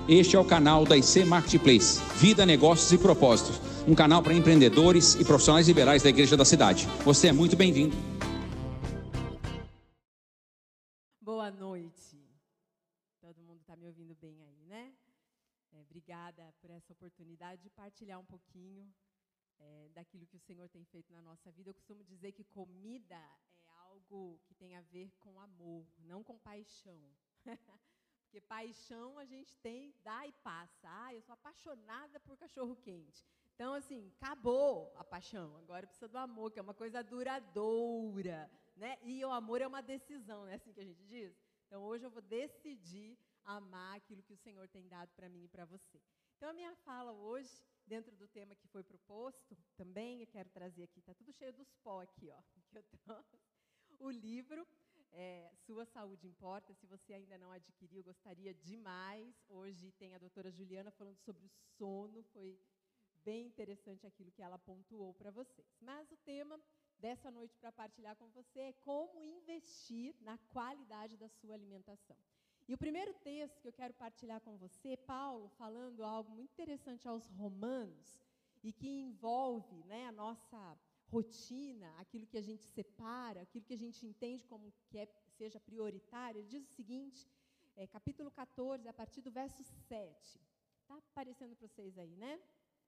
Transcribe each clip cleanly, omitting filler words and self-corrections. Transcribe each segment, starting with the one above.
Este é o canal da IC Marketplace, Vida, Negócios e Propósitos, um canal para empreendedores e profissionais liberais da igreja da cidade. Você é muito bem-vindo. Boa noite. Todo mundo está me ouvindo bem aí, né? Obrigada por essa oportunidade de partilhar um pouquinho daquilo que o Senhor tem feito na nossa vida. Eu costumo dizer que comida é algo que tem a ver com amor, não com paixão. Porque paixão a gente tem, dá e passa. Eu sou apaixonada por cachorro-quente. Então, assim, acabou a paixão. Agora precisa do amor, que é uma coisa duradoura, né? E o amor é uma decisão, não é assim que a gente diz? Então, hoje eu vou decidir amar aquilo que o Senhor tem dado para mim e para você. Então, a minha fala hoje, dentro do tema que foi proposto, também eu quero trazer aqui, está tudo cheio dos pó aqui, ó, que eu trouxe. O livro... Sua Saúde Importa. Se você ainda não adquiriu, gostaria demais. Hoje tem a doutora Juliana falando sobre o sono, foi bem interessante aquilo que ela pontuou para vocês. Mas o tema dessa noite para partilhar com você é como investir na qualidade da sua alimentação. E o primeiro texto que eu quero partilhar com você, Paulo falando algo muito interessante aos Romanos e que envolve, né, a nossa rotina, aquilo que a gente separa, aquilo que a gente entende como que seja prioritário. Ele diz o seguinte, capítulo 14, a partir do verso 7. Está aparecendo para vocês aí, né?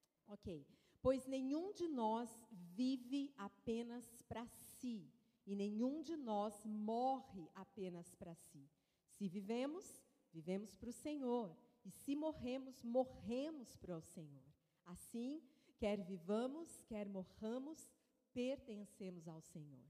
Ok. Pois nenhum de nós vive apenas para si, e nenhum de nós morre apenas para si. Se vivemos, vivemos para o Senhor, e se morremos, morremos para o Senhor. Assim, quer vivamos, quer morramos, pertencemos ao Senhor.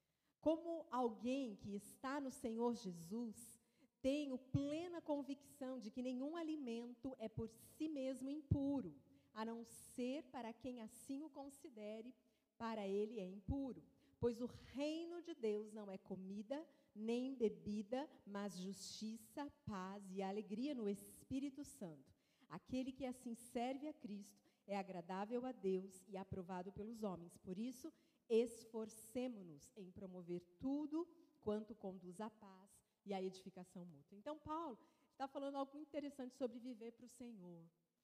Como alguém que está no Senhor Jesus, tenho plena convicção de que nenhum alimento é por si mesmo impuro, a não ser para quem assim o considere, para ele é impuro. Pois o reino de Deus não é comida, nem bebida, mas justiça, paz e alegria no Espírito Santo. Aquele que assim serve a Cristo é agradável a Deus e aprovado pelos homens. Por isso, esforcemo-nos em promover tudo quanto conduz à paz e à edificação mútua. Então, Paulo está falando algo muito interessante sobre viver para o Senhor.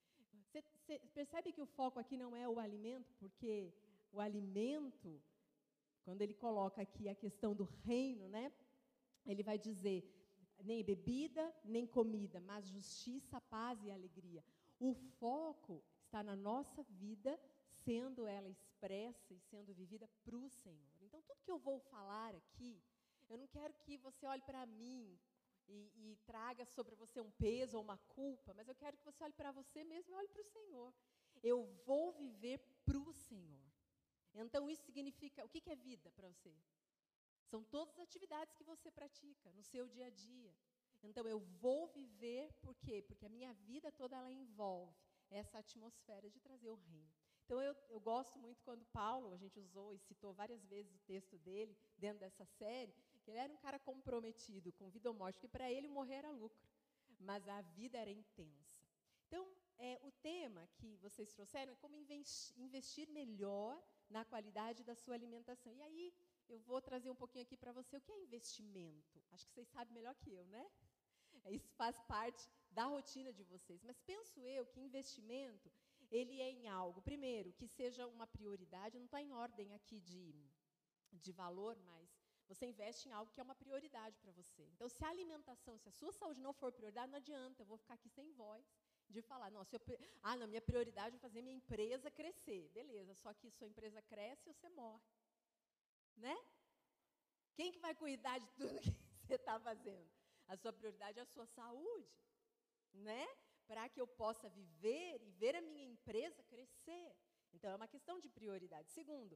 Você percebe que o foco aqui não é o alimento, porque o alimento, quando ele coloca aqui a questão do reino, né, ele vai dizer, nem bebida, nem comida, mas justiça, paz e alegria. O foco está na nossa vida, sendo ela expressa e sendo vivida para o Senhor. Então, tudo que eu vou falar aqui, eu não quero que você olhe para mim e traga sobre você um peso ou uma culpa, mas eu quero que você olhe para você mesmo e olhe para o Senhor. Eu vou viver para o Senhor. Então, isso significa, o que é vida para você? São todas as atividades que você pratica no seu dia a dia. Então, eu vou viver, por quê? Porque a minha vida toda ela envolve essa atmosfera de trazer o reino. Então, eu gosto muito quando Paulo, a gente usou e citou várias vezes o texto dele, dentro dessa série, que ele era um cara comprometido com vida ou morte, porque para ele morrer era lucro, mas a vida era intensa. Então, o tema que vocês trouxeram é como investir melhor na qualidade da sua alimentação. E aí, eu vou trazer um pouquinho aqui para você o que é investimento. Acho que vocês sabem melhor que eu, né? Isso faz parte da rotina de vocês. Mas penso eu que investimento, ele é em algo, primeiro, que seja uma prioridade, não está em ordem aqui de valor, mas você investe em algo que é uma prioridade para você. Então, se a alimentação, se a sua saúde não for prioridade, não adianta, eu vou ficar aqui sem voz de falar, não, minha prioridade é fazer minha empresa crescer. Beleza, só que sua empresa cresce e você morre. Né? Quem que vai cuidar de tudo que você está fazendo? A sua prioridade é a sua saúde, né? Para que eu possa viver e ver a minha empresa crescer. Então, é uma questão de prioridade. Segundo,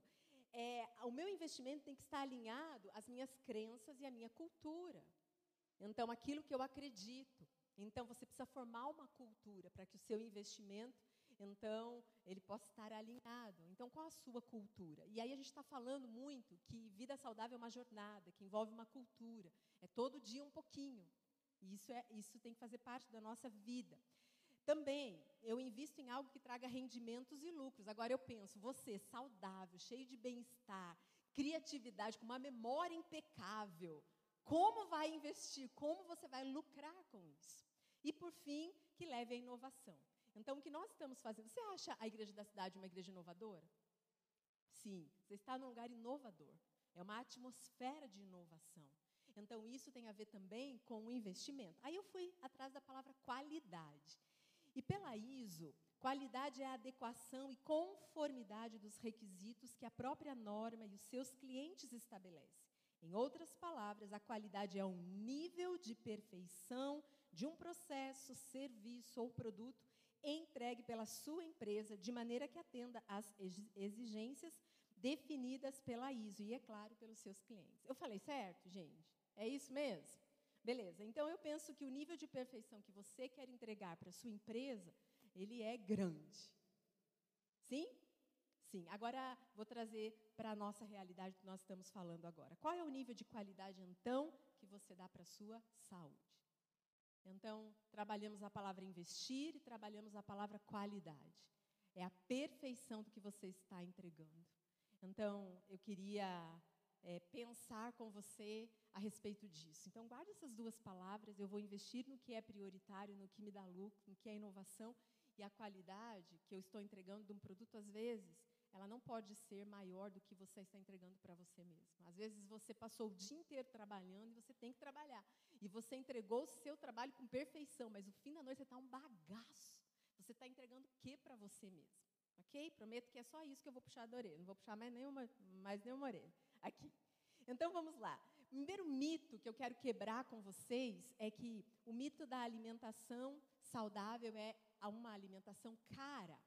o meu investimento tem que estar alinhado às minhas crenças e à minha cultura. Então, aquilo que eu acredito. Então, você precisa formar uma cultura para que o seu investimento, então, ele possa estar alinhado. Então, qual a sua cultura? E aí a gente está falando muito que vida saudável é uma jornada, que envolve uma cultura. É todo dia um pouquinho. E isso tem que fazer parte da nossa vida. Também, eu invisto em algo que traga rendimentos e lucros. Agora eu penso, você saudável, cheio de bem-estar, criatividade, com uma memória impecável, como vai investir? Como você vai lucrar com isso? E, por fim, que leve à inovação. Então, o que nós estamos fazendo... Você acha a Igreja da Cidade uma igreja inovadora? Sim, você está num lugar inovador. É uma atmosfera de inovação. Então, isso tem a ver também com o investimento. Aí eu fui atrás da palavra qualidade. E pela ISO, qualidade é a adequação e conformidade dos requisitos que a própria norma e os seus clientes estabelecem. Em outras palavras, a qualidade é um nível de perfeição de um processo, serviço ou produto entregue pela sua empresa de maneira que atenda às exigências definidas pela ISO e, é claro, pelos seus clientes. Eu falei certo, gente? É isso mesmo? Beleza. Então, eu penso que o nível de perfeição que você quer entregar para a sua empresa, ele é grande. Sim? Sim. Agora, vou trazer para a nossa realidade que nós estamos falando agora. Qual é o nível de qualidade, então, que você dá para a sua saúde? Então, trabalhamos a palavra investir e trabalhamos a palavra qualidade. É a perfeição do que você está entregando. Então, eu queria pensar com você a respeito disso. Então, guarde essas duas palavras. Eu vou investir no que é prioritário, no que me dá lucro, no que é inovação. E a qualidade que eu estou entregando de um produto, às vezes, ela não pode ser maior do que você está entregando para você mesmo. Às vezes, você passou o dia inteiro trabalhando e você tem que trabalhar. E você entregou o seu trabalho com perfeição, mas no fim da noite você está um bagaço. Você está entregando o que para você mesmo? Ok? Prometo que é só isso que eu vou puxar da orelha. Não vou puxar mais nenhuma orelha. Aqui. Então, vamos lá. O primeiro mito que eu quero quebrar com vocês é que o mito da alimentação saudável é uma alimentação cara.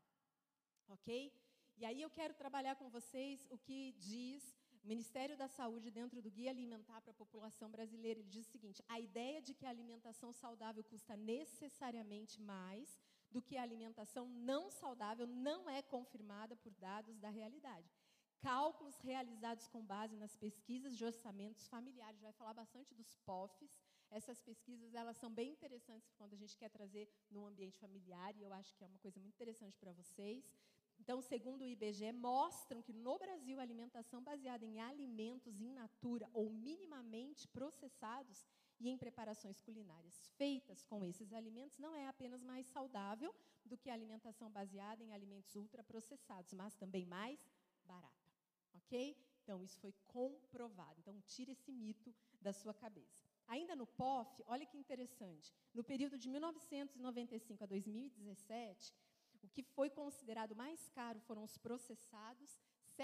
Ok? E aí eu quero trabalhar com vocês o que diz o Ministério da Saúde dentro do Guia Alimentar para a População Brasileira. Ele diz o seguinte: a ideia de que a alimentação saudável custa necessariamente mais do que a alimentação não saudável não é confirmada por dados da realidade. Cálculos realizados com base nas pesquisas de orçamentos familiares. Já vai falar bastante dos POFs. Essas pesquisas, elas são bem interessantes quando a gente quer trazer no ambiente familiar, e eu acho que é uma coisa muito interessante para vocês. Então, segundo o IBGE, mostram que no Brasil a alimentação baseada em alimentos in natura ou minimamente processados e em preparações culinárias feitas com esses alimentos não é apenas mais saudável do que a alimentação baseada em alimentos ultraprocessados, mas também mais barata. Ok? Então, isso foi comprovado. Então, tire esse mito da sua cabeça. Ainda no POF, olha que interessante. No período de 1995 a 2017, o que foi considerado mais caro foram os processados,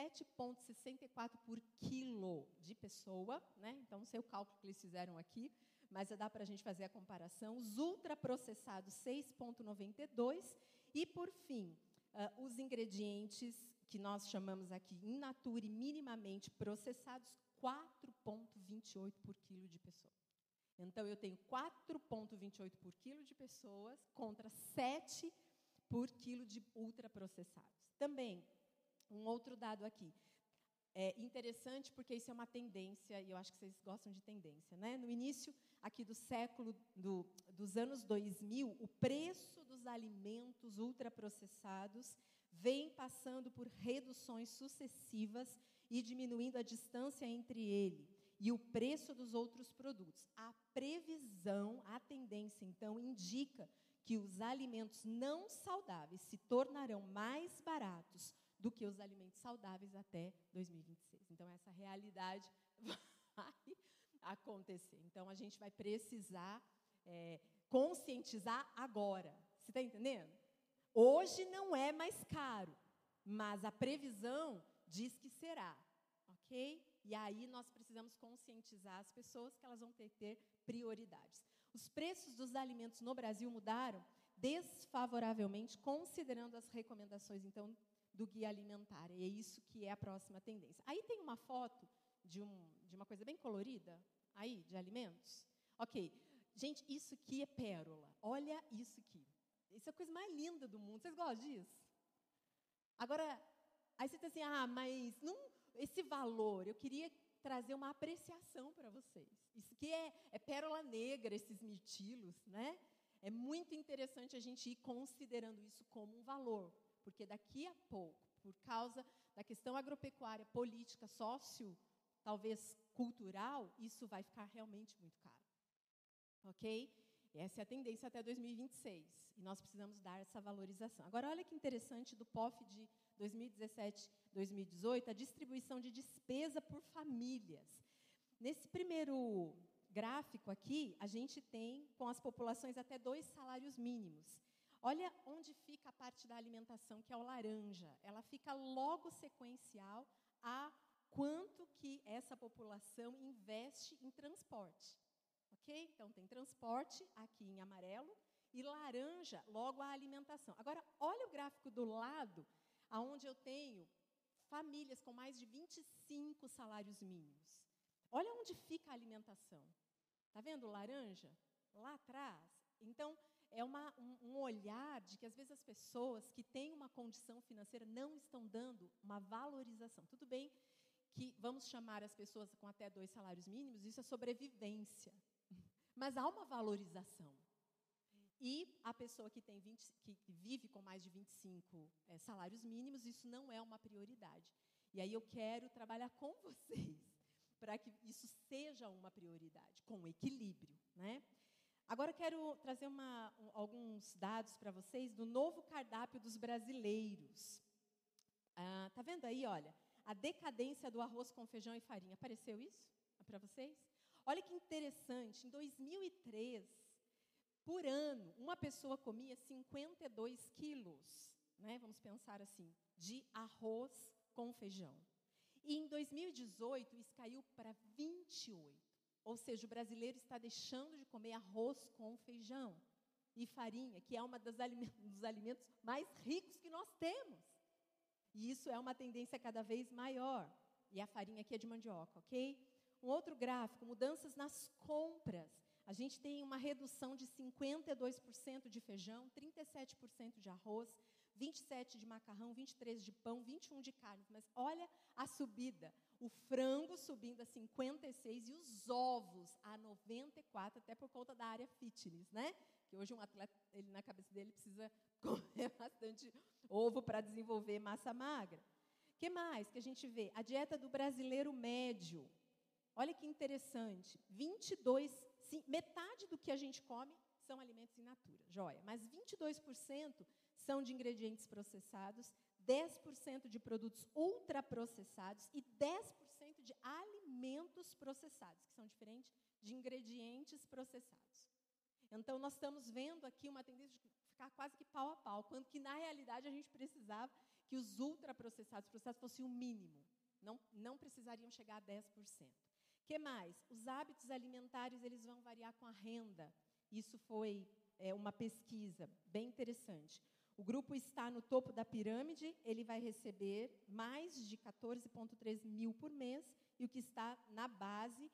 7,64 por quilo de pessoa, né? Então, não sei o cálculo que eles fizeram aqui, mas dá para a gente fazer a comparação. Os ultraprocessados, 6,92. E, por fim, os ingredientes que nós chamamos aqui in natura e minimamente processados, 4,28 por quilo de pessoa. Então, eu tenho 4,28 por quilo de pessoas contra 7 por quilo de ultraprocessados. Também, um outro dado aqui. É interessante porque isso é uma tendência, e eu acho que vocês gostam de tendência, né? No início aqui do século, dos anos 2000, o preço dos alimentos ultraprocessados vem passando por reduções sucessivas e diminuindo a distância entre ele e o preço dos outros produtos. A previsão, a tendência, então, indica que os alimentos não saudáveis se tornarão mais baratos do que os alimentos saudáveis até 2026. Então, essa realidade vai acontecer. Então, a gente vai precisar conscientizar agora. Você está entendendo? Hoje não é mais caro, mas a previsão diz que será. Ok? E aí nós precisamos conscientizar as pessoas que elas vão ter que ter prioridades. Os preços dos alimentos no Brasil mudaram desfavoravelmente, considerando as recomendações, então, do Guia Alimentar. E é isso que é a próxima tendência. Aí tem uma foto de uma coisa bem colorida, aí, de alimentos. Ok. Gente, isso aqui é pérola. Olha isso aqui. Isso é a coisa mais linda do mundo. Vocês gostam disso? Agora, aí você diz assim, mas não, esse valor, eu queria trazer uma apreciação para vocês. Isso aqui é pérola negra, esses mirtilos, né? É muito interessante a gente ir considerando isso como um valor, porque daqui a pouco, por causa da questão agropecuária, política, talvez cultural, isso vai ficar realmente muito caro. Ok? Essa é a tendência até 2026, e nós precisamos dar essa valorização. Agora, olha que interessante do POF de 2017, 2018, a distribuição de despesa por famílias. Nesse primeiro gráfico aqui, a gente tem com as populações até 2 salários mínimos. Olha onde fica a parte da alimentação, que é o laranja. Ela fica logo sequencial a quanto que essa população investe em transporte. Ok? Então, tem transporte aqui em amarelo e laranja, logo a alimentação. Agora, olha o gráfico do lado, onde eu tenho famílias com mais de 25 salários mínimos. Olha onde fica a alimentação. Está vendo o laranja? Lá atrás. Então, é um olhar de que, às vezes, as pessoas que têm uma condição financeira não estão dando uma valorização. Tudo bem que vamos chamar as pessoas com até 2 salários mínimos, isso é sobrevivência. Mas há uma valorização. E a pessoa que vive com mais de 25 salários mínimos, isso não é uma prioridade. E aí eu quero trabalhar com vocês para que isso seja uma prioridade, com equilíbrio, né? Agora eu quero trazer alguns dados para vocês do novo cardápio dos brasileiros. Tá vendo aí, olha, a decadência do arroz com feijão e farinha. Apareceu isso para vocês? Olha que interessante, em 2003, por ano, uma pessoa comia 52 quilos, né? Vamos pensar assim, de arroz com feijão. E em 2018, isso caiu para 28. Ou seja, o brasileiro está deixando de comer arroz com feijão e farinha, que é um dos alimentos mais ricos que nós temos. E isso é uma tendência cada vez maior. E a farinha aqui é de mandioca, ok? Um outro gráfico, mudanças nas compras. A gente tem uma redução de 52% de feijão, 37% de arroz, 27% de macarrão, 23% de pão, 21% de carne. Mas olha a subida. O frango subindo a 56% e os ovos a 94%, até por conta da área fitness, né? Que hoje um atleta, ele, na cabeça dele, precisa comer bastante ovo para desenvolver massa magra. O que mais que a gente vê? A dieta do brasileiro médio. Olha que interessante. Metade do que a gente come são alimentos in natura, joia. Mas 22% são de ingredientes processados, 10% de produtos ultraprocessados e 10% de alimentos processados, que são diferentes de ingredientes processados. Então, nós estamos vendo aqui uma tendência de ficar quase que pau a pau, quando que, na realidade, a gente precisava que os ultraprocessados fossem o mínimo. Não precisariam chegar a 10%. O que mais? Os hábitos alimentares, eles vão variar com a renda. Isso foi uma pesquisa bem interessante. O grupo está no topo da pirâmide, ele vai receber mais de 14,3 mil por mês, e o que está na base,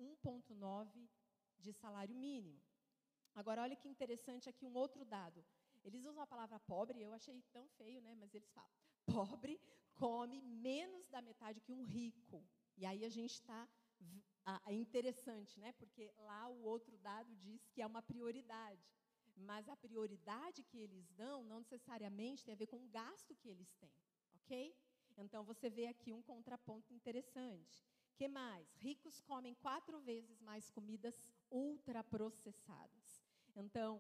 1,9 de salário mínimo. Agora, olha que interessante aqui um outro dado. Eles usam a palavra pobre, eu achei tão feio, né? Mas eles falam, pobre come menos da metade que um rico. E aí a gente está... É interessante, né? Porque lá o outro dado diz que é uma prioridade. Mas a prioridade que eles dão não necessariamente tem a ver com o gasto que eles têm, ok? Então, você vê aqui um contraponto interessante. O que mais? Ricos comem 4 vezes mais comidas ultraprocessadas. Então,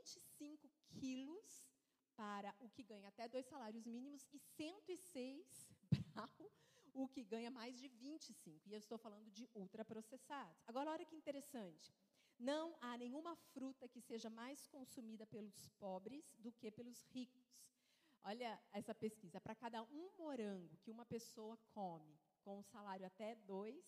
25 quilos para o que ganha até 2 salários mínimos e 106 para o que ganha mais de 25. E eu estou falando de ultraprocessados. Agora, olha que interessante. Não há nenhuma fruta que seja mais consumida pelos pobres do que pelos ricos. Olha essa pesquisa. Para cada um morango que uma pessoa come com um salário até 2,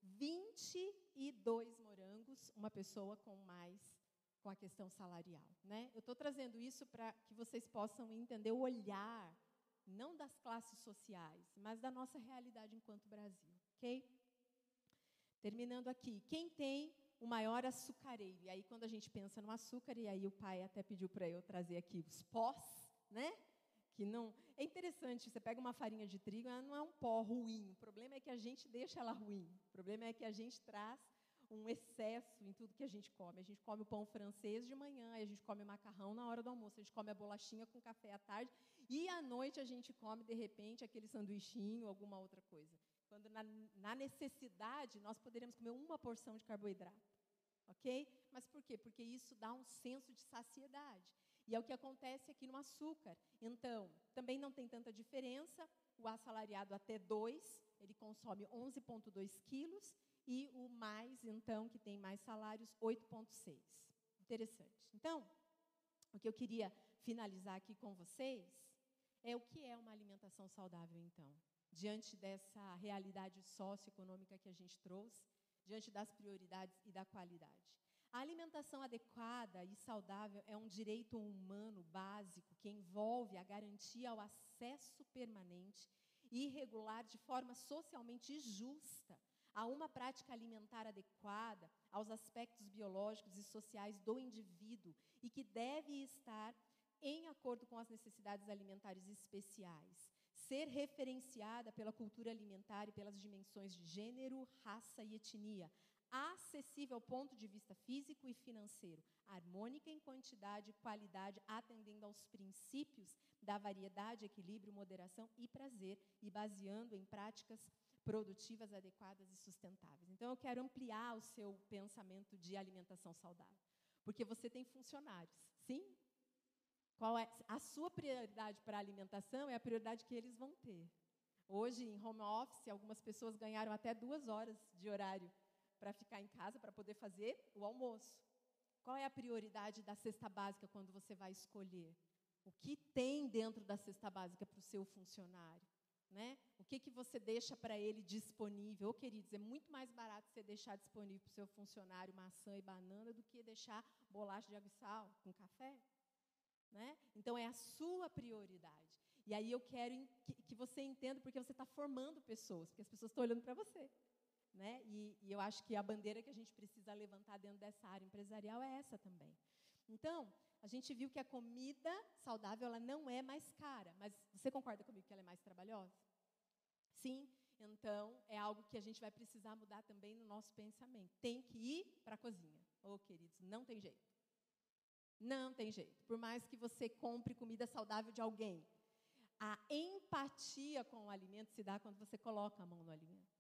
22 morangos, uma pessoa com a questão salarial, né? Eu estou trazendo isso para que vocês possam entender o olhar, não das classes sociais, mas da nossa realidade enquanto Brasil, ok? Terminando aqui, quem tem o maior açucareiro? E aí, quando a gente pensa no açúcar, e aí o pai até pediu para eu trazer aqui os pós, né? Que não... É interessante, você pega uma farinha de trigo, ela não é um pó ruim, o problema é que a gente deixa ela ruim, o problema é que a gente traz um excesso em tudo que a gente come. A gente come o pão francês de manhã, aí a gente come o macarrão na hora do almoço, a gente come a bolachinha com café à tarde, e à noite a gente come, de repente, aquele sanduichinho, alguma outra coisa. Quando na necessidade, nós poderíamos comer uma porção de carboidrato. ok? Mas por quê? Porque isso dá um senso de saciedade. E é o que acontece aqui no açúcar. Então, também não tem tanta diferença. O assalariado até 2, ele consome 11,2 quilos. E o mais, então, que tem mais salários, 8,6. Interessante. Então, o que eu queria finalizar aqui com vocês é o que é uma alimentação saudável, então. Diante dessa realidade socioeconômica que a gente trouxe, diante das prioridades e da qualidade. A alimentação adequada e saudável é um direito humano básico que envolve a garantia ao acesso permanente e regular de forma socialmente justa a uma prática alimentar adequada aos aspectos biológicos e sociais do indivíduo e que deve estar em acordo com as necessidades alimentares especiais, ser referenciada pela cultura alimentar e pelas dimensões de gênero, raça e etnia, acessível ao ponto de vista físico e financeiro, harmônica em quantidade e qualidade, atendendo aos princípios da variedade, equilíbrio, moderação e prazer, e baseando em práticas produtivas, adequadas e sustentáveis. Então, eu quero ampliar o seu pensamento de alimentação saudável, porque você tem funcionários, sim? Qual é a sua prioridade para a alimentação? É a prioridade que eles vão ter. Hoje, em home office, algumas pessoas ganharam até 2 horas de horário para ficar em casa, para poder fazer o almoço. Qual é a prioridade da cesta básica quando você vai escolher? O que tem dentro da cesta básica para o seu funcionário? Né? O que você deixa para ele disponível? Queridos, é muito mais barato você deixar disponível para o seu funcionário maçã e banana do que deixar bolacha de água e sal com café. Né? Então, é a sua prioridade. E aí eu quero que você entenda, porque você está formando pessoas, porque as pessoas estão olhando para você. Né? E eu acho que a bandeira que a gente precisa levantar dentro dessa área empresarial é essa também. Então, a gente viu que a comida saudável ela não é mais cara, mas você concorda comigo que ela é mais trabalhosa? Sim, então é algo que a gente vai precisar mudar também no nosso pensamento. Tem que ir para a cozinha. Queridos, não tem jeito. Não tem jeito. Por mais que você compre comida saudável de alguém, a empatia com o alimento se dá quando você coloca a mão no alimento.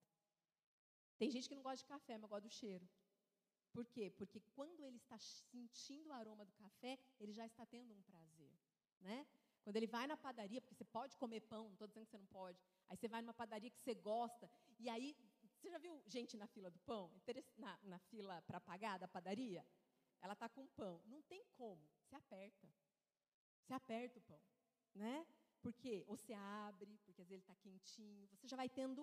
Tem gente que não gosta de café, mas gosta do cheiro. Por quê? Porque quando ele está sentindo o aroma do café, ele já está tendo um prazer. Né? Quando ele vai na padaria, porque você pode comer pão, não estou dizendo que você não pode. Aí você vai numa padaria que você gosta, e aí, você já viu gente na fila do pão? Na fila para pagar da padaria? Ela está com pão. Não tem como. Você aperta. Você aperta o pão. Né? Por quê? Ou você abre, porque às vezes ele está quentinho. Você já vai tendo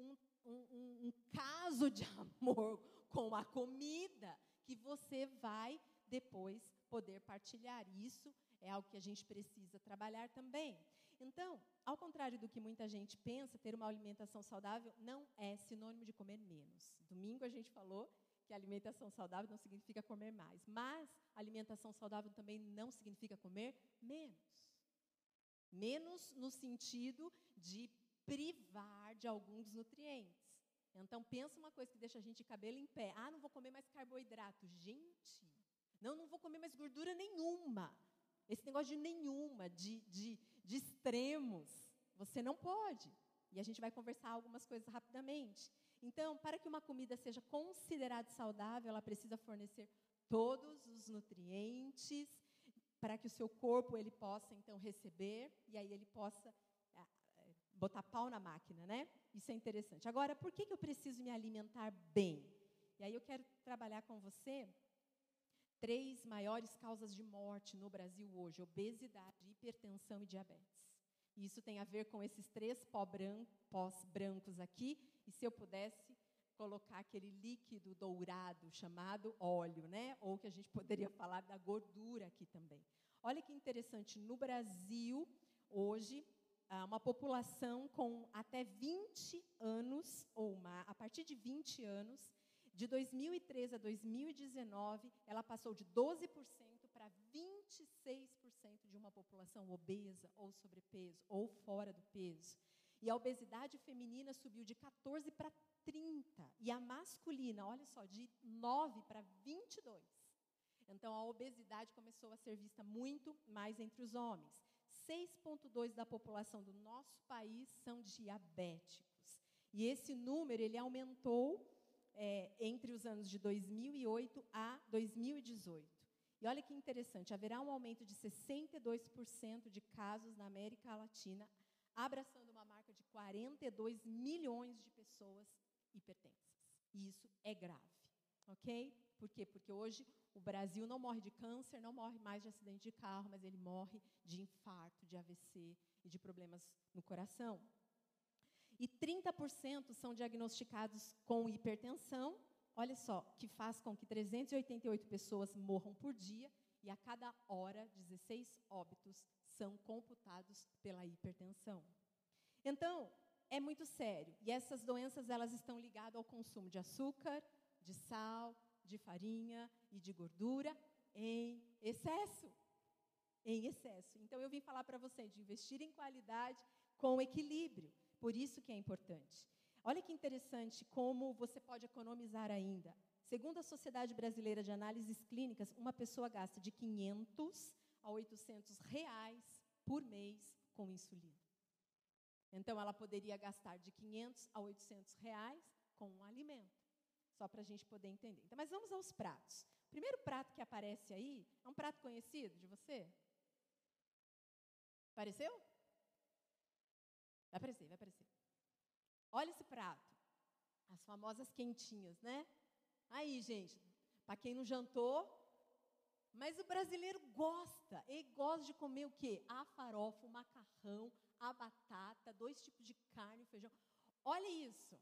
um caso de amor com a comida que você vai depois poder partilhar. Isso é algo que a gente precisa trabalhar também. Então, ao contrário do que muita gente pensa, ter uma alimentação saudável não é sinônimo de comer menos. Domingo a gente falou que alimentação saudável não significa comer mais, mas alimentação saudável também não significa comer menos. Menos no sentido de privar de alguns nutrientes. Então, pensa uma coisa que deixa a gente de cabelo em pé. Não vou comer mais carboidrato. Gente, não vou comer mais gordura nenhuma. Esse negócio de nenhuma, de extremos, você não pode. E a gente vai conversar algumas coisas rapidamente. Então, para que uma comida seja considerada saudável, ela precisa fornecer todos os nutrientes para que o seu corpo ele possa, então, receber, e aí ele possa botar pau na máquina, né? Isso é interessante. Agora, por que eu preciso me alimentar bem? E aí eu quero trabalhar com você 3 maiores causas de morte no Brasil hoje: obesidade, hipertensão e diabetes. E isso tem a ver com esses 3 pós brancos aqui, e se eu pudesse colocar aquele líquido dourado chamado óleo, né? Ou que a gente poderia falar da gordura aqui também. Olha que interessante, no Brasil, hoje, uma população com até 20 anos, ou a partir de 20 anos, de 2013 a 2019, ela passou de 12% para 26% de uma população obesa, ou sobrepeso, ou fora do peso. E a obesidade feminina subiu de 14 para 30. E a masculina, olha só, de 9 para 22. Então, a obesidade começou a ser vista muito mais entre os homens. 6,2% da população do nosso país são diabéticos. E esse número ele aumentou entre os anos de 2008 a 2018. E olha que interessante, haverá um aumento de 62% de casos na América Latina, abraçando uma marca de 42 milhões de pessoas hipertensas. E isso é grave, ok? Por quê? Porque hoje o Brasil não morre de câncer, não morre mais de acidente de carro, mas ele morre de infarto, de AVC e de problemas no coração. E 30% são diagnosticados com hipertensão, olha só, que faz com que 388 pessoas morram por dia e a cada hora 16 óbitos são computados pela hipertensão. Então, é muito sério. E essas doenças, elas estão ligadas ao consumo de açúcar, de sal, de farinha e de gordura em excesso. Em excesso. Então, eu vim falar para você de investir em qualidade com equilíbrio. Por isso que é importante. Olha que interessante como você pode economizar ainda. Segundo a Sociedade Brasileira de Análises Clínicas, uma pessoa gasta de 500 a 800 reais por mês com insulina. Então, ela poderia gastar de 500 a 800 reais com um alimento. Só para a gente poder entender. Então, mas vamos aos pratos. O primeiro prato que aparece aí é um prato conhecido de você? Apareceu? Vai aparecer, vai aparecer. Olha esse prato. As famosas quentinhas, né? Aí, gente, para quem não jantou, mas o brasileiro gosta. Ele gosta de comer o quê? A farofa, o macarrão, a batata, 2 tipos de carne, o feijão. Olha isso.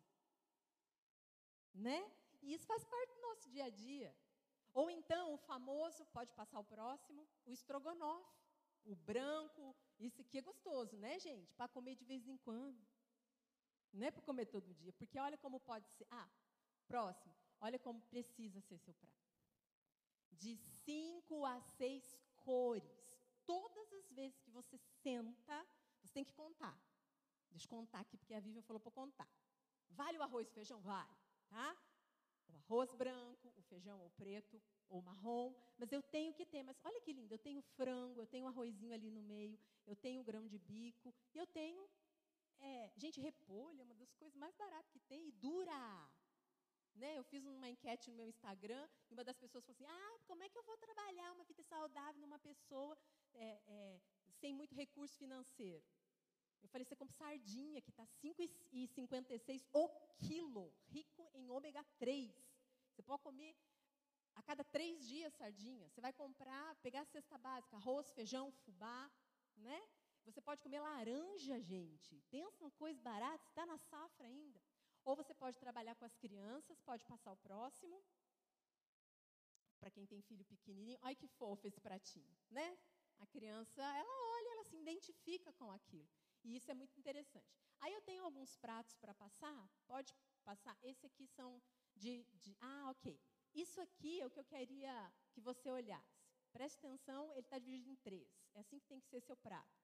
Né? E isso faz parte do nosso dia a dia. Ou então, o famoso, pode passar o próximo, o estrogonofe, o branco. Isso aqui é gostoso, né, gente? Para comer de vez em quando. Não é para comer todo dia. Porque olha como pode ser. Próximo. Olha como precisa ser seu prato. De 5 a 6 cores. Todas as vezes que você senta, você tem que contar. Deixa eu contar aqui, porque a Vivian falou para contar. Vale o arroz e o feijão? Vale. Tá? O arroz branco, o feijão ou preto ou marrom, mas eu tenho que ter, mas olha que lindo, eu tenho frango, eu tenho um arrozinho ali no meio, eu tenho grão de bico, e eu tenho, gente, repolho é uma das coisas mais baratas que tem e dura. Né? Eu fiz uma enquete no meu Instagram e uma das pessoas falou assim, como é que eu vou trabalhar uma vida saudável numa pessoa sem muito recurso financeiro? Eu falei, você compra sardinha, que está R$ 5,56 o quilo, rico em ômega 3. Você pode comer a cada 3 dias sardinha. Você vai comprar, pegar a cesta básica, arroz, feijão, fubá, né? Você pode comer laranja, gente. Pensa numa coisa barata, está na safra ainda. Ou você pode trabalhar com as crianças, pode passar o próximo. Para quem tem filho pequenininho, olha que fofo esse pratinho, né? A criança, ela olha, ela se identifica com aquilo. E isso é muito interessante. Aí eu tenho alguns pratos para passar. Pode passar. Esse aqui são ok. Isso aqui é o que eu queria que você olhasse. Preste atenção, ele está dividido em 3. É assim que tem que ser seu prato.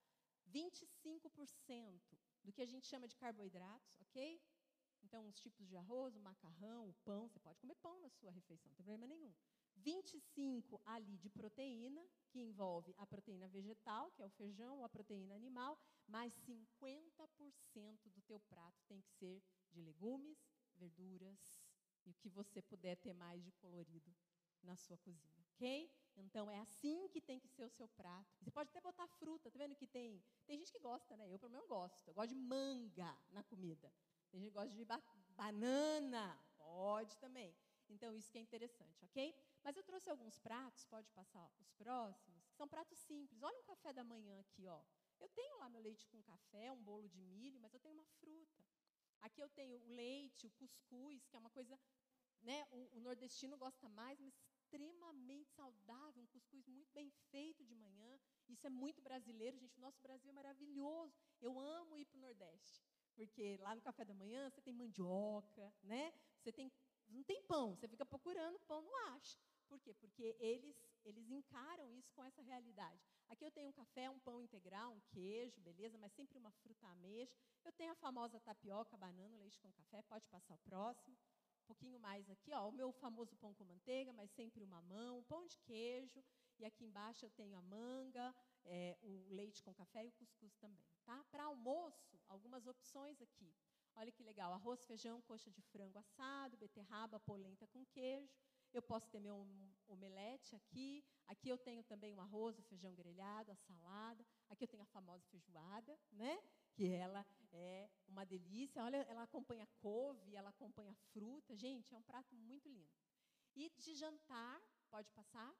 25% do que a gente chama de carboidratos, ok? Então, os tipos de arroz, o macarrão, o pão. Você pode comer pão na sua refeição, não tem problema nenhum. 25% ali de proteína, que envolve a proteína vegetal, que é o feijão, ou a proteína animal, mas 50% do teu prato tem que ser de legumes, verduras e o que você puder ter mais de colorido na sua cozinha, ok? Então, é assim que tem que ser o seu prato. Você pode até botar fruta, tá vendo que tem gente que gosta, né? Eu, pelo menos, gosto. Eu gosto de manga na comida. Tem gente que gosta de banana, pode também. Então, isso que é interessante, ok? Mas eu trouxe alguns pratos, pode passar os próximos, que são pratos simples. Olha um café da manhã aqui, ó. Eu tenho lá meu leite com café, um bolo de milho, mas eu tenho uma fruta. Aqui eu tenho o leite, o cuscuz, que é uma coisa, né, o nordestino gosta mais, mas extremamente saudável, um cuscuz muito bem feito de manhã. Isso é muito brasileiro, gente, o nosso Brasil é maravilhoso. Eu amo ir para o Nordeste, porque lá no café da manhã você tem mandioca, né? Não tem pão, você fica procurando pão, não acha. Por quê? Porque eles encaram isso com essa realidade. Aqui eu tenho um café, um pão integral, um queijo, beleza, mas sempre uma fruta ameixa. Eu tenho a famosa tapioca, banana, leite com café, pode passar o próximo. Um pouquinho mais aqui, ó, o meu famoso pão com manteiga, mas sempre o mamão, pão de queijo. E aqui embaixo eu tenho a manga, o leite com café e o cuscuz também, tá? Para almoço, algumas opções aqui. Olha que legal, arroz, feijão, coxa de frango assado, beterraba, polenta com queijo. Eu posso ter meu omelete aqui. Aqui eu tenho também o arroz, o feijão grelhado, a salada. Aqui eu tenho a famosa feijoada, né? Que ela é uma delícia. Olha, ela acompanha couve, ela acompanha fruta. Gente, é um prato muito lindo. E de jantar, pode passar?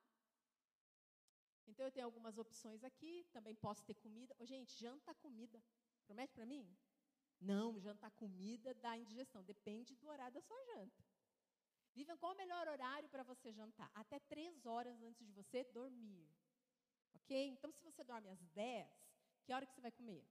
Então, eu tenho algumas opções aqui. Também posso ter comida. Gente, janta comida. Promete para mim? Não, jantar comida dá indigestão. Depende do horário da sua janta. Vivian, qual o melhor horário para você jantar? Até 3 horas antes de você dormir. Ok? Então, se você dorme às 10, que hora que você vai comer?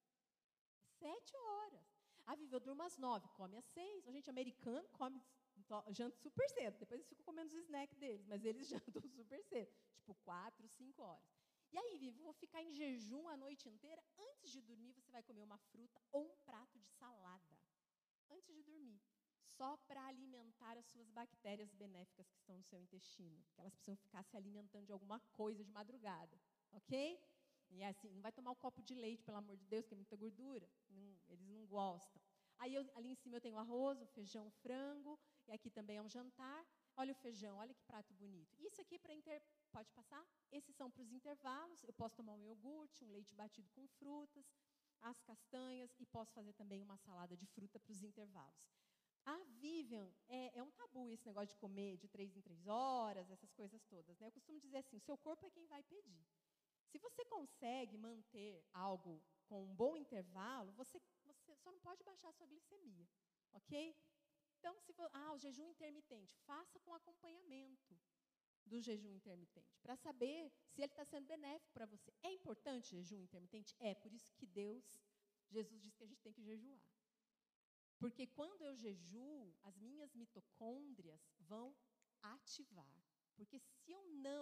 7 horas. Ah, Vivian, eu durmo às 9, come às 6. A gente, americano, janta super cedo. Depois eles ficam comendo os snacks deles, mas eles jantam super cedo. Tipo 4, 5 horas. E aí, Vivian, vou ficar em jejum a noite inteira. Antes de dormir, você vai comer uma fruta ou um prato de salada. Antes de dormir. Só para alimentar as suas bactérias benéficas que estão no seu intestino. Que elas precisam ficar se alimentando de alguma coisa de madrugada. Ok? E assim, não vai tomar um copo de leite, pelo amor de Deus, que é muita gordura. Eles não gostam. Aí, ali em cima eu tenho o arroz, o feijão, o frango. E aqui também é um jantar. Olha o feijão, olha que prato bonito. Isso aqui é pode passar? Esses são para os intervalos. Eu posso tomar um iogurte, um leite batido com frutas, as castanhas. E posso fazer também uma salada de fruta para os intervalos. Ah, Vivian, é um tabu esse negócio de comer de 3 em 3 horas, essas coisas todas, né? Eu costumo dizer assim, o seu corpo é quem vai pedir. Se você consegue manter algo com um bom intervalo, você só não pode baixar a sua glicemia, ok? Então, o jejum intermitente, faça com acompanhamento do jejum intermitente, para saber se ele está sendo benéfico para você. É importante o jejum intermitente? É, por isso que Jesus disse que a gente tem que jejuar. Porque quando eu jejuo, as minhas mitocôndrias vão ativar. Porque se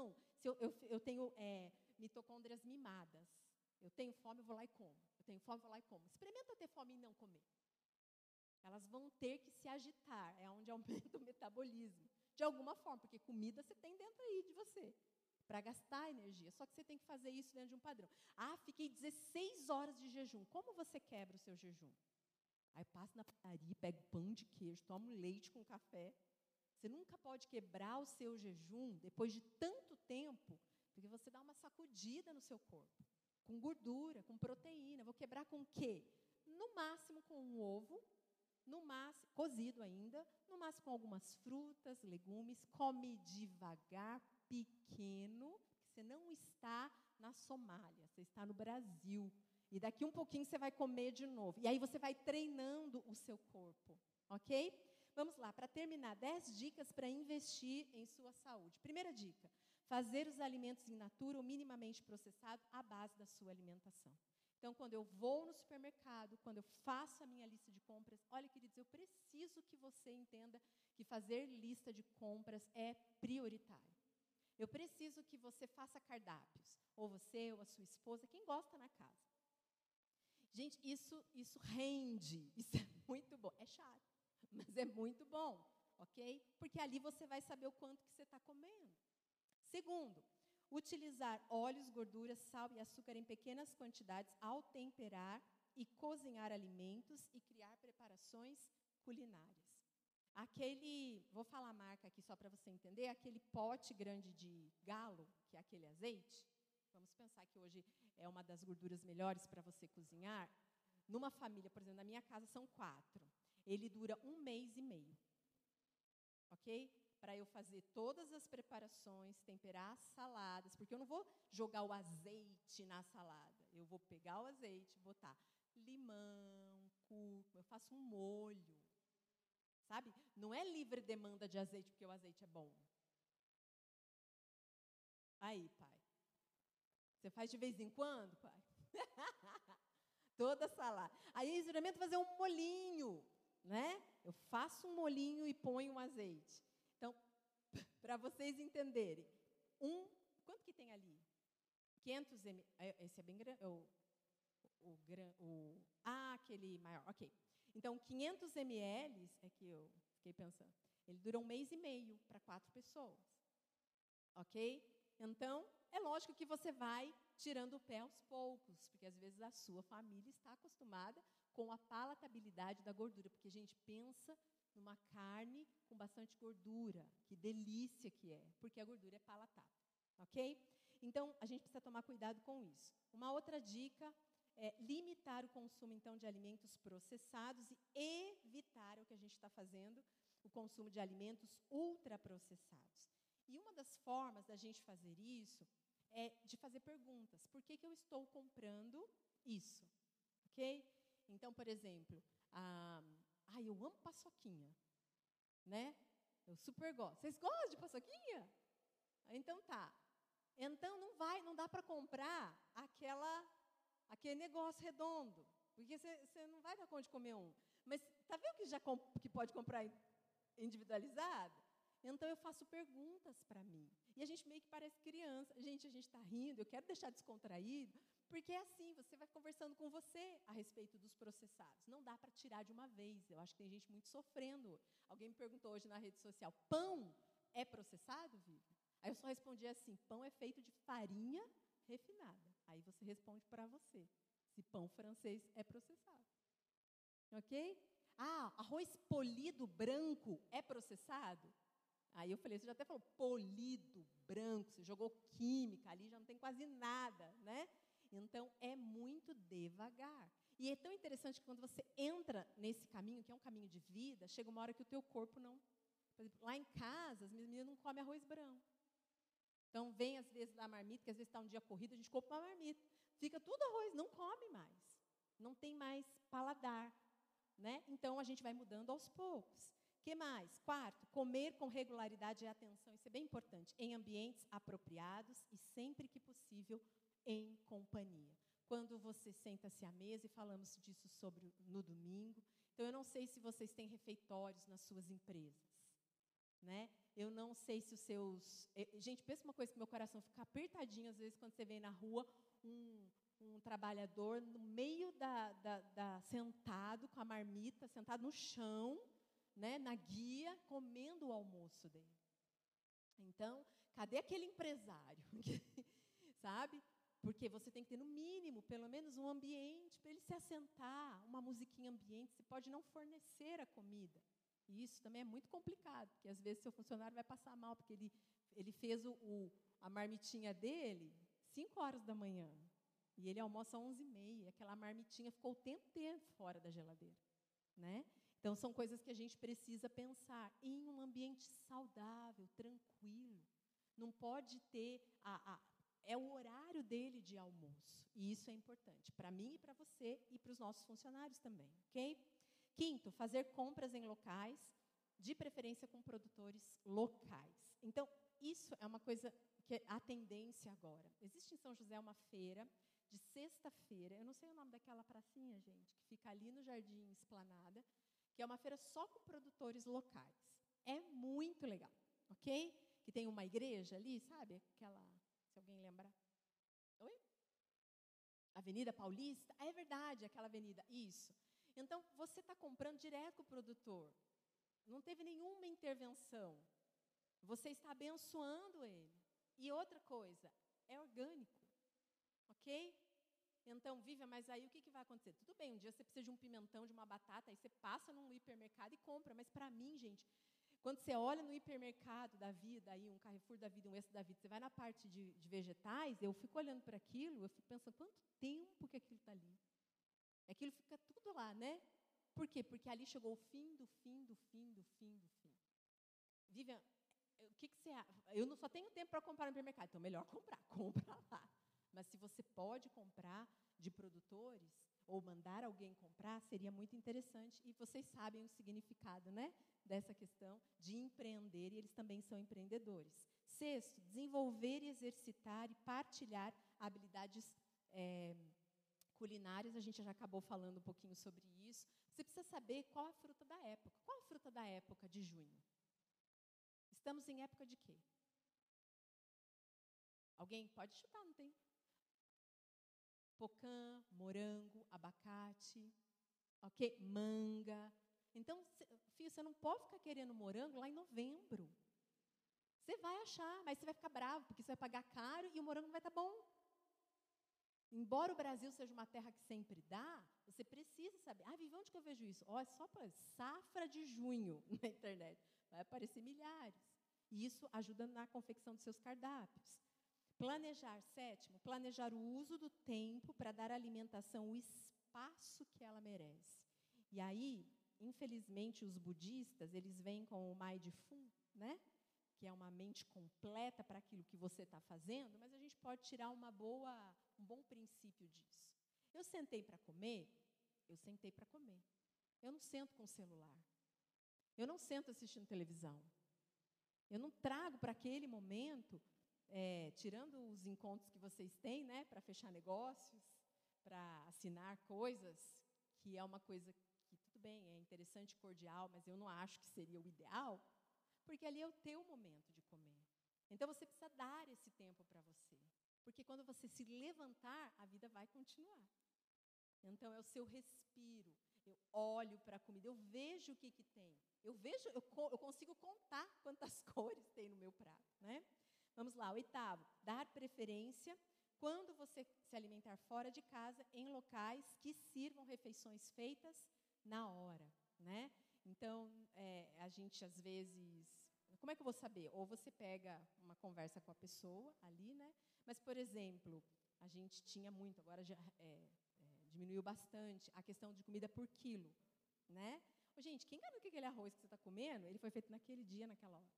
eu tenho mitocôndrias mimadas, eu tenho fome, eu vou lá e como. Eu tenho fome, eu vou lá e como. Experimenta ter fome e não comer. Elas vão ter que se agitar, é onde aumenta o metabolismo. De alguma forma, porque comida você tem dentro aí de você, para gastar energia. Só que você tem que fazer isso dentro de um padrão. Ah, fiquei 16 horas de jejum. Como você quebra o seu jejum? Aí passa na padaria, pega pão de queijo, toma um leite com café. Você nunca pode quebrar o seu jejum depois de tanto tempo, porque você dá uma sacudida no seu corpo. Com gordura, com proteína. Vou quebrar com o quê? No máximo com um ovo, no máximo, cozido ainda, no máximo com algumas frutas, legumes. Come devagar, pequeno, que você não está na Somália, você está no Brasil. E daqui um pouquinho você vai comer de novo. E aí você vai treinando o seu corpo, ok? Vamos lá, para terminar, 10 dicas para investir em sua saúde. Primeira dica, fazer os alimentos in natura ou minimamente processados à base da sua alimentação. Então, quando eu vou no supermercado, quando eu faço a minha lista de compras, olha, queridos, eu preciso que você entenda que fazer lista de compras é prioritário. Eu preciso que você faça cardápios, ou você, ou a sua esposa, quem gosta na casa. Gente, isso rende, isso é muito bom. É chato, mas é muito bom, ok? Porque ali você vai saber o quanto que você está comendo. Segundo, utilizar óleos, gorduras, sal e açúcar em pequenas quantidades ao temperar e cozinhar alimentos e criar preparações culinárias. Vou falar a marca aqui só para você entender, aquele pote grande de galo, que é aquele azeite. Vamos pensar que hoje é uma das gorduras melhores para você cozinhar. Numa família, por exemplo, na minha casa são 4. Ele dura 1 mês e meio. Ok? Para eu fazer todas as preparações, temperar as saladas, porque eu não vou jogar o azeite na salada. Eu vou pegar o azeite, botar limão, cúrcuma, eu faço um molho. Sabe? Não é livre demanda de azeite, porque o azeite é bom. Aí, pai. Você faz de vez em quando, pai? Toda salada. Aí eu experimento fazer um molinho, né? Eu faço um molinho e ponho um azeite. Então, para vocês entenderem, quanto que tem ali? 500 ml. Esse é bem grande. Aquele maior. Ok. Então, 500 ml, é que eu fiquei pensando, ele dura 1 mês e meio para 4 pessoas. Ok? Então, é lógico que você vai tirando o pé aos poucos, porque às vezes a sua família está acostumada com a palatabilidade da gordura, porque a gente pensa numa carne com bastante gordura, que delícia que é, porque a gordura é palatável, ok? Então, a gente precisa tomar cuidado com isso. Uma outra dica é limitar o consumo, então, de alimentos processados e evitar o que a gente está fazendo, o consumo de alimentos ultraprocessados. E uma das formas da gente fazer isso é de fazer perguntas. Por que eu estou comprando isso? Ok? Então, por exemplo, eu amo paçoquinha, né? Eu super gosto. Vocês gostam de paçoquinha? Então tá. Então não dá para comprar aquele negócio redondo, porque você não vai dar conta de comer um. Mas tá vendo que pode comprar individualizado? Então eu faço perguntas para mim. E a gente meio que parece criança. A gente está rindo, eu quero deixar descontraído, porque é assim, você vai conversando com você a respeito dos processados. Não dá para tirar de uma vez. Eu acho que tem gente muito sofrendo. Alguém me perguntou hoje na rede social, pão é processado, Vivian? Aí eu só respondi assim, pão é feito de farinha refinada. Aí você responde para você, se pão francês é processado. Ok? Arroz polido branco é processado? Aí eu falei, você já até falou polido branco, você jogou química ali, já não tem quase nada, né? Então, é muito devagar. E é tão interessante que quando você entra nesse caminho, que é um caminho de vida, chega uma hora que o teu corpo não... Por exemplo, lá em casa, as minhas meninas não comem arroz branco. Então, vem às vezes da marmita, que às vezes está um dia corrido, a gente compra uma marmita. Fica tudo arroz, não come mais. Não tem mais paladar, né? Então, a gente vai mudando aos poucos. O que mais? Quarto, comer com regularidade e atenção. Isso é bem importante. Em ambientes apropriados e, sempre que possível, em companhia. Quando você senta-se à mesa, e falamos disso no domingo. Então, eu não sei se vocês têm refeitórios nas suas empresas, né? Eu não sei se os seus... Gente, pensa uma coisa que meu coração fica apertadinho, às vezes, quando você vê na rua um trabalhador no meio sentado com a marmita, sentado no chão, né, na guia, comendo o almoço dele. Então, cadê aquele empresário? Sabe? Porque você tem que ter, no mínimo, pelo menos um ambiente para ele se assentar, uma musiquinha ambiente. Você pode não fornecer a comida. E isso também é muito complicado, porque às vezes seu funcionário vai passar mal, porque ele fez a marmitinha dele 5 horas da manhã. E ele almoça às 11h30. Aquela marmitinha ficou o tempo inteiro fora da geladeira, né? Então, são coisas que a gente precisa pensar em um ambiente saudável, tranquilo. Não pode ter... é o horário dele de almoço. E isso é importante para mim e para você e para os nossos funcionários também, ok? Quinto, fazer compras em locais, de preferência com produtores locais. Então, isso é uma coisa que é a tendência agora. Existe em São José uma feira de sexta-feira, eu não sei o nome daquela pracinha, gente, que fica ali no Jardim Esplanada, que é uma feira só com produtores locais. É muito legal, ok? Que tem uma igreja ali, sabe? Aquela, se alguém lembrar. Oi? Avenida Paulista? É verdade, aquela avenida, isso. Então, você está comprando direto com o produtor. Não teve nenhuma intervenção. Você está abençoando ele. E outra coisa, é orgânico. Ok? Então, Vivian, mas aí o que vai acontecer? Tudo bem, um dia você precisa de um pimentão, de uma batata, aí você passa num hipermercado e compra. Mas para mim, gente, quando você olha no hipermercado da vida, aí um Carrefour da vida, um Extra da vida, você vai na parte de vegetais, eu fico olhando para aquilo, eu fico pensando, quanto tempo que aquilo está ali? Aquilo fica tudo lá, né? Por quê? Porque ali chegou o fim do fim do fim do fim do fim. Vivian, o que você acha? Eu não só tenho tempo para comprar no supermercado, então melhor comprar, compra lá. Mas se você pode comprar de produtores ou mandar alguém comprar, seria muito interessante. E vocês sabem o significado, né, dessa questão de empreender, e eles também são empreendedores. Sexto, desenvolver e exercitar e partilhar habilidades culinárias. A gente já acabou falando um pouquinho sobre isso. Você precisa saber qual a fruta da época. Qual a fruta da época de junho? Estamos em época de quê? Alguém pode chutar, não tem? Pocã, morango, abacate, ok? Manga. Então, filho, você não pode ficar querendo morango lá em novembro. Você vai achar, mas você vai ficar bravo, porque você vai pagar caro e o morango não vai estar bom. embora o Brasil seja uma terra que sempre dá, você precisa saber. Vivi, onde que eu vejo isso? É só para safra de junho na internet. Vai aparecer milhares. E isso ajuda na confecção dos seus cardápios. Planejar, sétimo, planejar o uso do tempo para dar à alimentação o espaço que ela merece. E aí, infelizmente, os budistas, eles vêm com o Mindful, né? Que é uma mente completa para aquilo que você está fazendo, mas a gente pode tirar um bom princípio disso. Eu sentei para comer, eu sentei para comer. Eu não sento com o celular. Eu não sento assistindo televisão. Eu não trago para aquele momento, tirando os encontros que vocês têm, né, para fechar negócios, para assinar coisas, que é uma coisa que, tudo bem, é interessante, cordial, mas eu não acho que seria o ideal, porque ali é o teu momento de comer. Então, você precisa dar esse tempo para você. Porque quando você se levantar, a vida vai continuar. Então, é o seu respiro. Eu olho para a comida, eu vejo o que tem. Eu consigo contar quantas cores tem no meu prato, né? Vamos lá, oitavo. Dar preferência quando você se alimentar fora de casa, em locais que sirvam refeições feitas na hora, né? Então, a gente, às vezes... Como é que eu vou saber? Ou você pega uma conversa com a pessoa ali, né? Mas, por exemplo, a gente tinha muito, agora já diminuiu bastante, a questão de comida por quilo, né? Gente, quem garante que aquele arroz que você está comendo, ele foi feito naquele dia, naquela hora?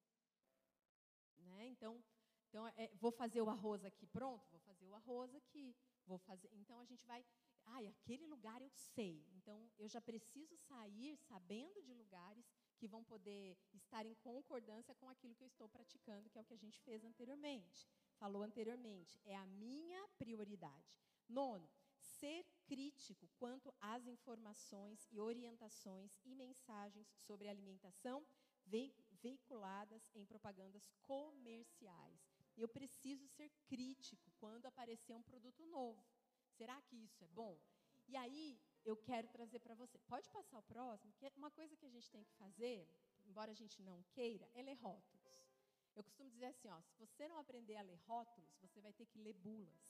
Né? Então vou fazer o arroz aqui, pronto? Vou fazer o arroz aqui. Então, a gente vai... aquele lugar eu sei. Então, eu já preciso sair sabendo de lugares que vão poder estar em concordância com aquilo que eu estou praticando, que é o que a gente fez anteriormente. Falou anteriormente, é a minha prioridade. Nono, ser crítico quanto às informações e orientações e mensagens sobre alimentação veiculadas em propagandas comerciais. Eu preciso ser crítico quando aparecer um produto novo. Será que isso é bom? E aí, eu quero trazer para você. Pode passar o próximo? Porque uma coisa que a gente tem que fazer, embora a gente não queira, é ler rótulos. Eu costumo dizer assim, se você não aprender a ler rótulos, você vai ter que ler bulas.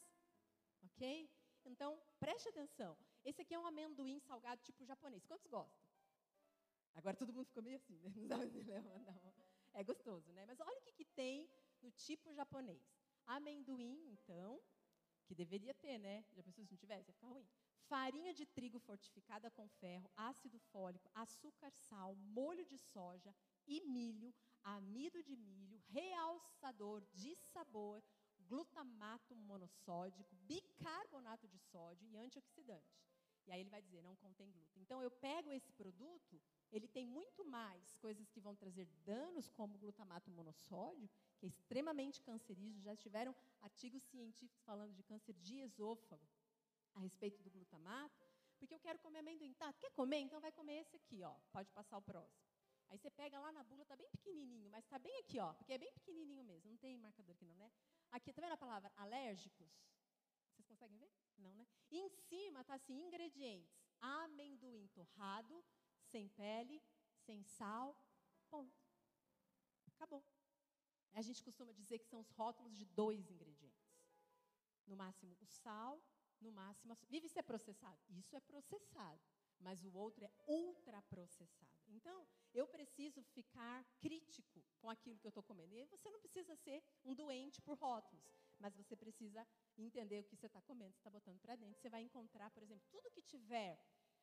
Ok? Então, preste atenção. Esse aqui é um amendoim salgado tipo japonês. Quantos gostam? Agora todo mundo ficou meio assim, né? Não. É gostoso, né? Mas olha o que tem no tipo japonês. Amendoim, então, que deveria ter, né? Já pensou se não tivesse? Ia ficar ruim. Farinha de trigo fortificada com ferro, ácido fólico, açúcar, sal, molho de soja e milho, amido de milho, realçador de sabor, glutamato monossódico, bicarbonato de sódio e antioxidante. E aí ele vai dizer, não contém glúten. Então, eu pego esse produto, ele tem muito mais coisas que vão trazer danos, como glutamato monossódio, que é extremamente cancerígeno. Já tiveram artigos científicos falando de câncer de esôfago a respeito do glutamato, porque eu quero comer amendoim. Tá, quer comer? Então vai comer esse aqui, pode passar o próximo. Aí você pega lá na bula, tá bem pequenininho, mas tá bem aqui, porque é bem pequenininho mesmo, não tem marcador aqui não, né? Aqui, tá vendo a palavra alérgicos? Vocês conseguem ver? Não, né? E em cima tá assim, ingredientes: amendoim torrado, sem pele, sem sal, ponto. Acabou. A gente costuma dizer que são os rótulos de 2 ingredientes. No máximo o sal, no máximo... Vive ser processado. Isso é processado. Mas o outro é ultraprocessado. Então, eu preciso ficar crítico com aquilo que eu estou comendo. E você não precisa ser um doente por rótulos, mas você precisa entender o que você está comendo, você está botando para dentro. Você vai encontrar, por exemplo, tudo que tiver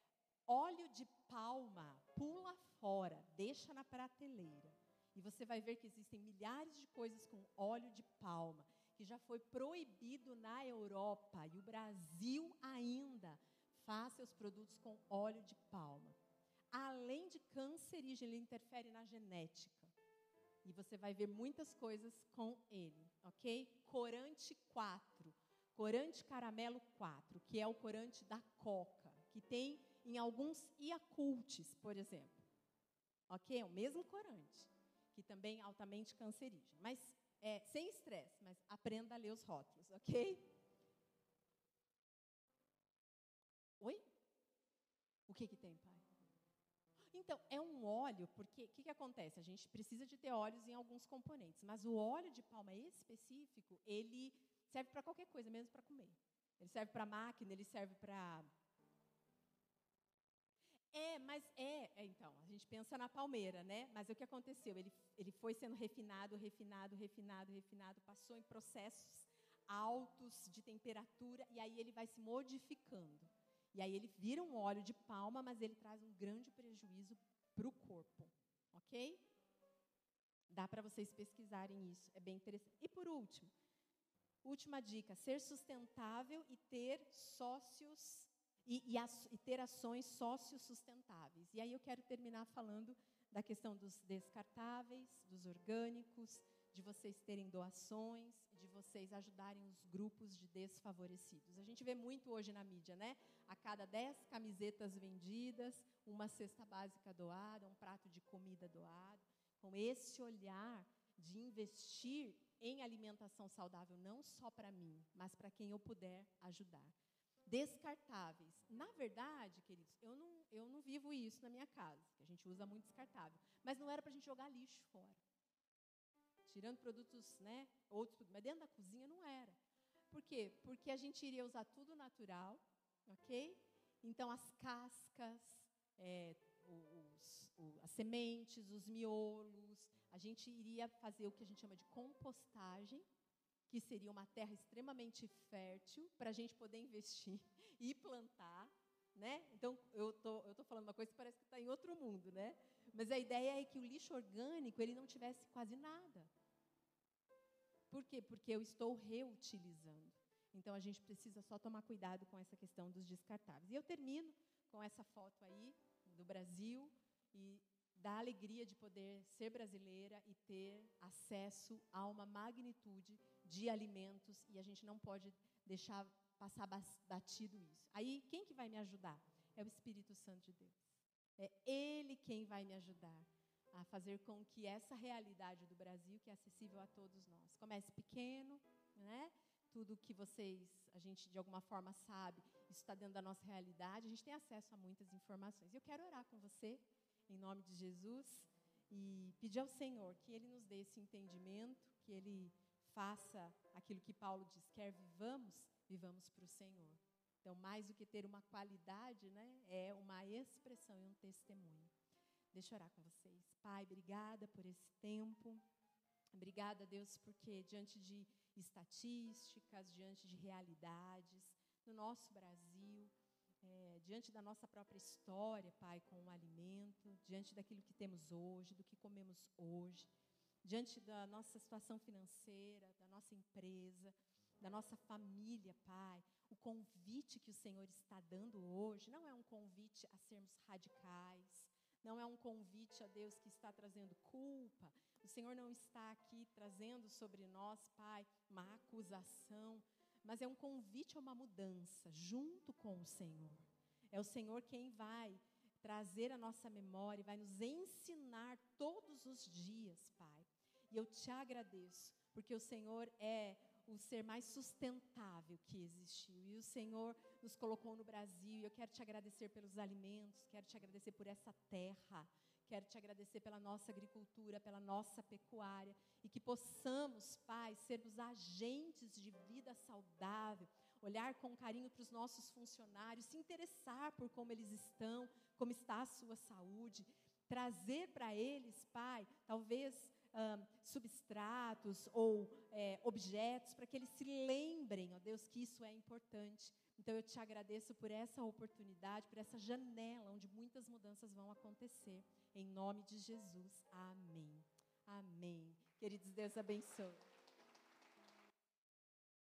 óleo de palma, pula fora, deixa na prateleira. E você vai ver que existem milhares de coisas com óleo de palma, que já foi proibido na Europa, e o Brasil ainda faz seus produtos com óleo de palma. Além de cancerígeno, ele interfere na genética. E você vai ver muitas coisas com ele, ok? Corante 4, corante caramelo 4, que é o corante da coca, que tem em alguns Yakults, por exemplo. Ok? É o mesmo corante, que também é altamente cancerígeno. Mas sem estresse, mas aprenda a ler os rótulos, ok? Oi? O que tem, pai? Então, é um óleo, porque o que acontece? A gente precisa de ter óleos em alguns componentes, mas o óleo de palma específico, ele serve para qualquer coisa, mesmo para comer. Ele serve para máquina, ele serve para... Então, a gente pensa na palmeira, né? Mas o que aconteceu? Ele foi sendo refinado, passou em processos altos de temperatura, e aí ele vai se modificando. E aí ele vira um óleo de palma, mas ele traz um grande prejuízo para o corpo, ok? Dá para vocês pesquisarem isso, é bem interessante. E por último, última dica, ser sustentável e ter sócios... E ter ações sociosustentáveis. E aí eu quero terminar falando da questão dos descartáveis, dos orgânicos, de vocês terem doações, de vocês ajudarem os grupos de desfavorecidos. A gente vê muito hoje na mídia, né? A cada 10 camisetas vendidas, uma cesta básica doada, um prato de comida doado. Com esse olhar de investir em alimentação saudável, não só para mim, mas para quem eu puder ajudar. Descartáveis. Na verdade, queridos, eu não vivo isso na minha casa, que a gente usa muito descartável. Mas não era para a gente jogar lixo fora. Tirando produtos, né, outros, mas dentro da cozinha não era. Por quê? Porque a gente iria usar tudo natural, ok? Então, as cascas, as sementes, os miolos, a gente iria fazer o que a gente chama de compostagem, que seria uma terra extremamente fértil para a gente poder investir e plantar, né? Então, eu tô falando uma coisa que parece que está em outro mundo, né? Mas a ideia é que o lixo orgânico ele não tivesse quase nada. Por quê? Porque eu estou reutilizando. Então, a gente precisa só tomar cuidado com essa questão dos descartáveis. E eu termino com essa foto aí do Brasil e da alegria de poder ser brasileira e ter acesso a uma magnitude de alimentos, e a gente não pode deixar passar batido isso. Aí, quem que vai me ajudar? É o Espírito Santo de Deus. É Ele quem vai me ajudar a fazer com que essa realidade do Brasil, que é acessível a todos nós, comece pequeno, né? Tudo que a gente de alguma forma sabe, isso está dentro da nossa realidade, a gente tem acesso a muitas informações. Eu quero orar com você, em nome de Jesus, e pedir ao Senhor que Ele nos dê esse entendimento, que Ele faça aquilo que Paulo diz, quer vivamos para o Senhor. Então, mais do que ter uma qualidade, né, é uma expressão e um testemunho. Deixa eu orar com vocês. Pai, obrigada por esse tempo. Obrigada, Deus, porque diante de estatísticas, diante de realidades, no nosso Brasil, diante da nossa própria história, Pai, com o alimento, diante daquilo que temos hoje, do que comemos hoje, diante da nossa situação financeira, da nossa empresa, da nossa família, Pai, o convite que o Senhor está dando hoje não é um convite a sermos radicais, não é um convite a Deus que está trazendo culpa. O Senhor não está aqui trazendo sobre nós, Pai, uma acusação, mas é um convite a uma mudança junto com o Senhor. É o Senhor quem vai trazer a nossa memória e vai nos ensinar todos os dias, Pai. E eu te agradeço, porque o Senhor é o ser mais sustentável que existiu. E o Senhor nos colocou no Brasil. E eu quero te agradecer pelos alimentos, quero te agradecer por essa terra, quero te agradecer pela nossa agricultura, pela nossa pecuária. E que possamos, Pai, sermos agentes de vida saudável, olhar com carinho para os nossos funcionários, se interessar por como eles estão, como está a sua saúde, trazer para eles, Pai, talvez substratos ou objetos, para que eles se lembrem, ó Deus, que isso é importante. Então eu te agradeço por essa oportunidade, por essa janela onde muitas mudanças vão acontecer. Em nome de Jesus, amém. Amém. Queridos, Deus abençoe.